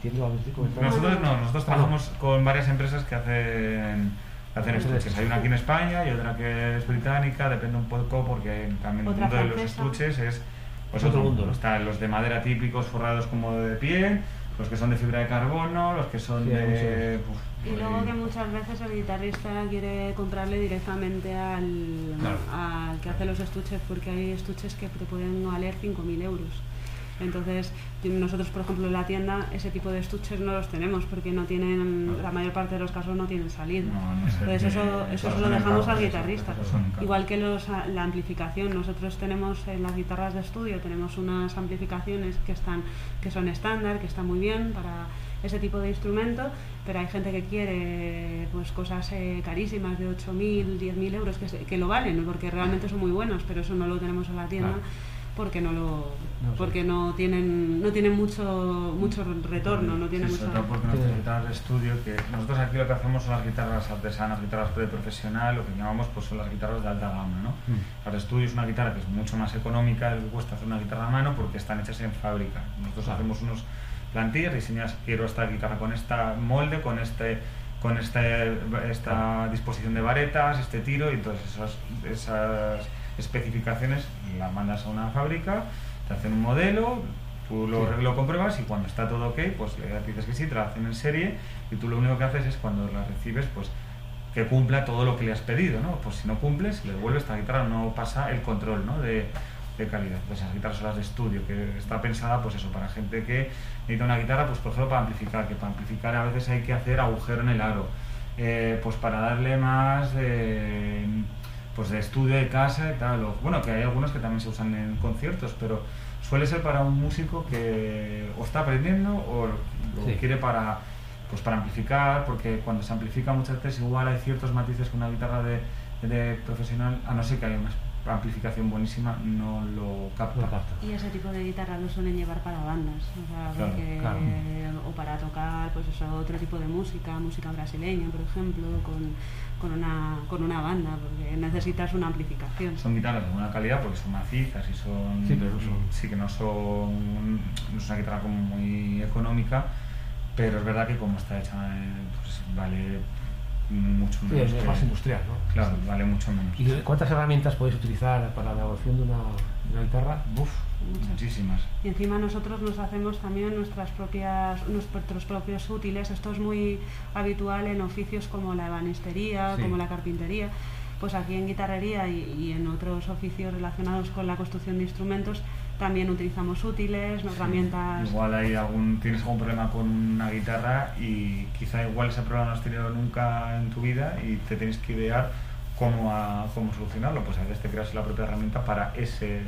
Nosotros no, nosotros trabajamos con varias empresas que hacen, hacen estuches. Hay una aquí en España y otra que es británica, depende un poco porque también el mundo de los estuches es pues otro mundo. ¿No? Están los de madera típicos forrados como de piel, los que son de fibra de carbono, los que son sí, de... Uf, y luego que muchas veces el guitarrista quiere comprarle directamente al, claro. al que hace los estuches, porque hay estuches que te pueden valer cinco mil euros. Entonces, nosotros, por ejemplo, en la tienda, ese tipo de estuches no los tenemos porque no tienen, la mayor parte de los casos no tienen salida. No, no sé. Entonces, eso, eso se lo dejamos al guitarrista. Igual que los, la amplificación. Nosotros tenemos en las guitarras de estudio, tenemos unas amplificaciones que, están, que son estándar, que están muy bien para ese tipo de instrumento, pero hay gente que quiere pues cosas eh, carísimas de ocho mil, diez mil euros que, se, que lo valen, porque realmente son muy buenos, pero eso no lo tenemos en la tienda. Claro. porque no lo no sé. porque no tienen no tienen mucho mucho retorno, no tienen sí, mucho porque nuestras guitarras de estudio, que nosotros aquí lo que hacemos son las guitarras artesanas, guitarras de profesional, lo que llamamos pues son las guitarras de alta gama, ¿no? Mm. Las de estudio es una guitarra que es mucho más económica de lo que cuesta hacer una guitarra a mano porque están hechas en fábrica. Nosotros ah. hacemos unos plantillas, diseñas, quiero esta guitarra con esta molde, con este con este, esta ah. disposición de varetas, este tiro, y todas esas, esas especificaciones las mandas a una fábrica, te hacen un modelo, tú lo, sí. lo compruebas y cuando está todo ok, pues le dices que sí, te la hacen en serie y tú lo único que haces es cuando la recibes, pues que cumpla todo lo que le has pedido, ¿no? Pues si no cumples, le devuelves, esta guitarra no pasa el control, ¿no? de, de calidad. Pues esas guitarras son las de estudio, que está pensada pues eso, para gente que necesita una guitarra, pues por ejemplo para amplificar, que para amplificar a veces hay que hacer agujero en el aro, eh, pues para darle más de... pues de estudio de casa y tal, o, bueno, que hay algunos que también se usan en conciertos, pero suele ser para un músico que o está aprendiendo o lo sí. quiere para, pues para amplificar, porque cuando se amplifica muchas veces igual hay ciertos matices que una guitarra de, de profesional, a no ser que haya una amplificación buenísima, no lo capta. Lo capta. Y ese tipo de guitarras lo suelen llevar para bandas, o sea, claro, porque, claro. o para tocar pues eso, otro tipo de música, música brasileña, por ejemplo, con con una, con una banda, porque necesitas una amplificación. Son guitarras de buena calidad porque son macizas y son... Sí, pero son... sí que no son... no es una guitarra como muy económica, pero es verdad que como está hecha, pues vale mucho menos. Sí, es más industrial, ¿no? Claro, sí. vale mucho menos. ¿Y cuántas herramientas podéis utilizar para la elaboración de una, de una guitarra? Uf, muchas. Muchísimas. Y encima nosotros nos hacemos también nuestras propias, nuestros propios útiles. Esto es muy habitual en oficios como la ebanistería, sí. como la carpintería. Pues aquí en guitarrería y, y en otros oficios relacionados con la construcción de instrumentos también utilizamos útiles, sí. herramientas... Igual hay algún, tienes algún problema con una guitarra y quizá igual ese problema no has tenido nunca en tu vida y te tienes que idear cómo, a, cómo solucionarlo. Pues a veces te creas la propia herramienta para ese...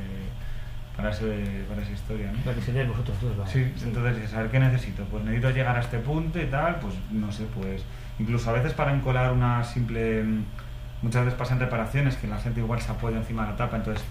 Para, ese, para esa historia, ¿no? La diseñáis vosotros todos, ¿vale? Sí, sí, entonces dices, a ver qué necesito, pues necesito llegar a este punto y tal, pues no sé, pues incluso a veces para encolar una simple, muchas veces pasan reparaciones que la gente igual se apoya encima de la tapa, entonces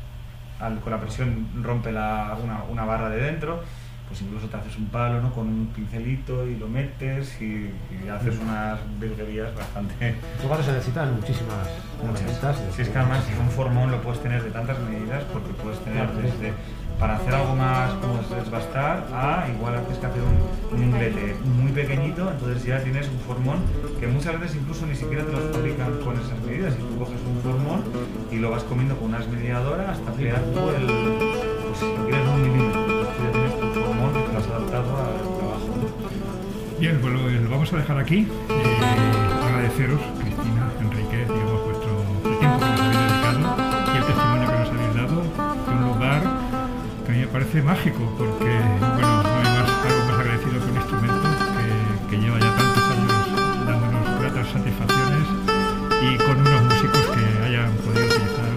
al, con la presión rompe la, una, una barra de dentro, pues incluso te haces un palo, ¿no? Con un pincelito y lo metes y, y haces unas virguerías bastante... En tu caso se necesitan muchísimas herramientas. Si es que además un formón lo puedes tener de tantas medidas porque puedes tener desde... Para hacer algo más como desbastar, a igual tienes que hacer un, un inglete muy pequeñito, entonces ya tienes un formón que muchas veces incluso ni siquiera te los fabrican con esas medidas, y tú coges un formón y lo vas comiendo con una esmediadora hasta crear tú el, pues si lo quieres un milímetro, entonces tú ya tienes tu formón que te lo has adaptado al trabajo. Bien, pues lo vamos a dejar aquí. Eh, agradeceros, Cristina, Enrique, digamos, vuestro el tiempo que nos habéis dedicado y el testimonio que nos habéis dado de un lugar que a mí me parece mágico, porque bueno, no hay más, algo más agradecido que un instrumento que, que lleva ya tantos años dándonos gratas satisfacciones y con unos músicos que hayan podido utilizar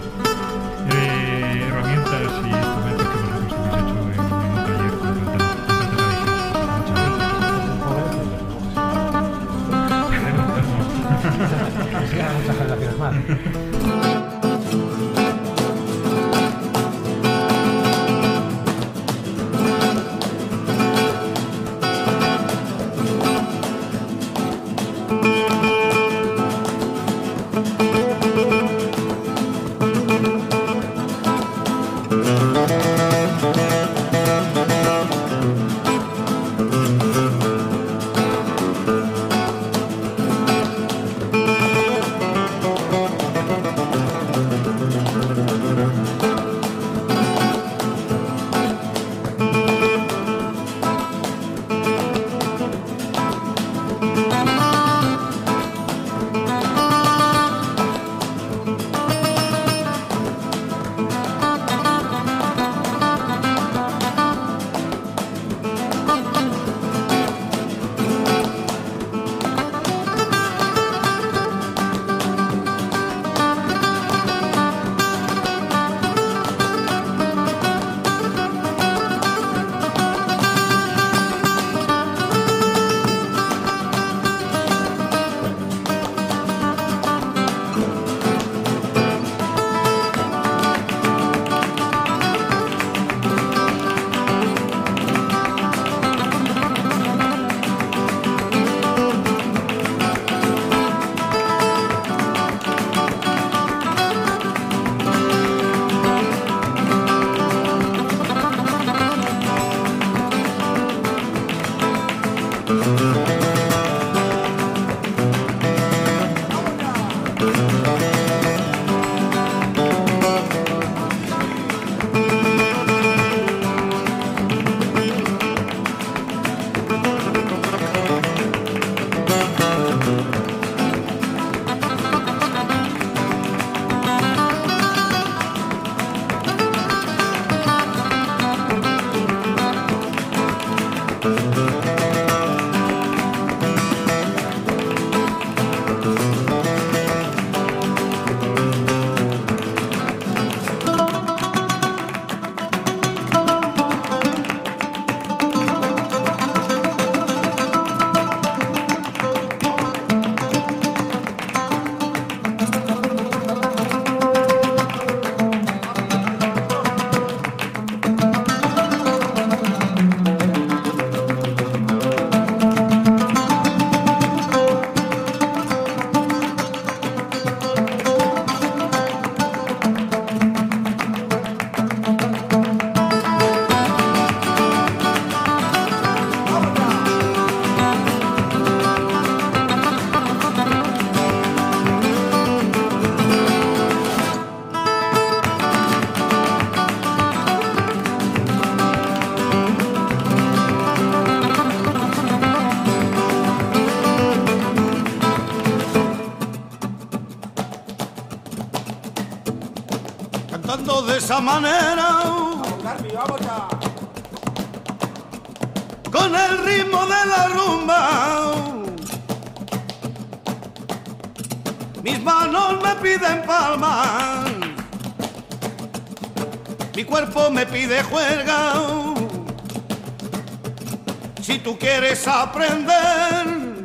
eh, herramientas y instrumentos que vosotros habéis hecho en, en un taller con tanta, tanta tradición. Muchas gracias. Muchas gracias. cantando de esa manera, con el ritmo de la rumba. Mis manos me piden palmas, mi cuerpo me pide juerga. Si tú quieres aprender,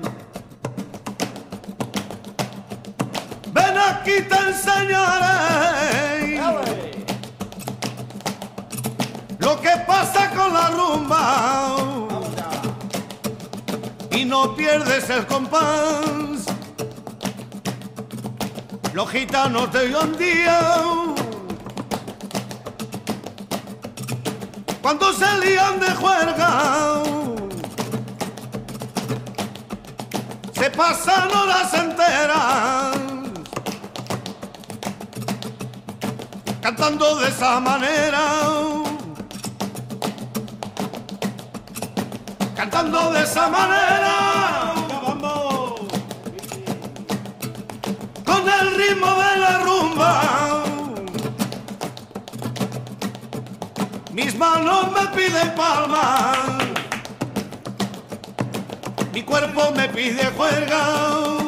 ven aquí te enseñaré lo que pasa con la rumba y no pierdes el compás. Los gitanos de hoy en día, cuando se lían de juerga, se pasan horas enteras cantando de esa manera, cantando de esa manera, con el ritmo de la rumba. Mis manos me piden palmas, mi cuerpo me pide juerga.